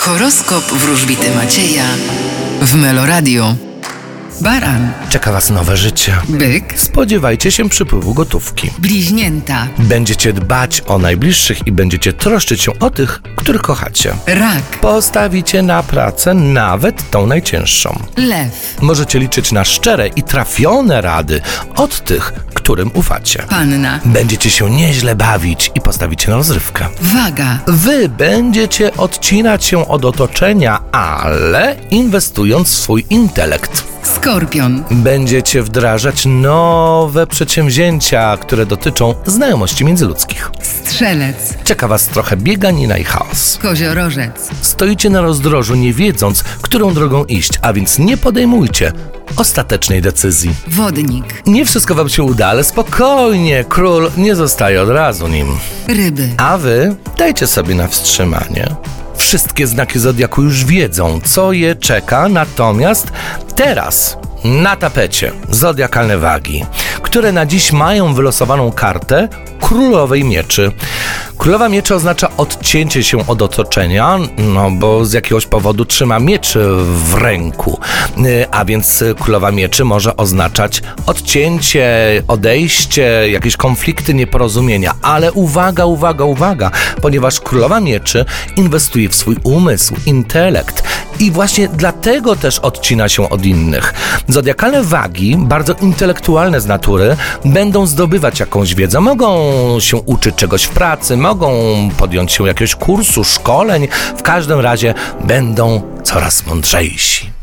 Horoskop wróżbity Macieja w Meloradio. Baran, Czeka Was nowe życie. byk, Spodziewajcie się przypływu gotówki. bliźnięta, Będziecie dbać o najbliższych i będziecie troszczyć się o tych, których kochacie. rak, Postawicie na pracę nawet tą najcięższą. lew, Możecie liczyć na szczere i trafione rady od tych, którym ufacie. panna, Będziecie się nieźle bawić i postawicie na rozrywkę. waga, Wy będziecie odcinać się od otoczenia, ale inwestując w swój intelekt. skorpion, Będziecie wdrażać nowe przedsięwzięcia, które dotyczą znajomości międzyludzkich. strzelec, Czeka Was trochę bieganina i chaos. koziorożec, Stoicie na rozdrożu, nie wiedząc, którą drogą iść, a więc nie podejmujcie ostatecznej decyzji. wodnik, Nie wszystko Wam się uda, ale spokojnie, król nie zostaje od razu nim. ryby, A Wy dajcie sobie na wstrzymanie. Wszystkie znaki zodiaku już wiedzą, co je czeka, natomiast teraz na tapecie zodiakalne wagi, które na dziś mają wylosowaną kartę Królowej Mieczy. Królowa Mieczy oznacza odcięcie się od otoczenia, bo z jakiegoś powodu trzyma miecz w ręku, a więc Królowa Mieczy może oznaczać odcięcie, odejście, jakieś konflikty, nieporozumienia, ale uwaga, ponieważ Królowa Mieczy inwestuje w swój umysł, intelekt i właśnie dlatego też odcina się od innych. Zodiakalne wagi, bardzo intelektualne z natury, będą zdobywać jakąś wiedzę, mogą się uczyć czegoś w pracy, mogą podjąć się jakiegoś kursu, szkoleń, w każdym razie będą coraz mądrzejsi.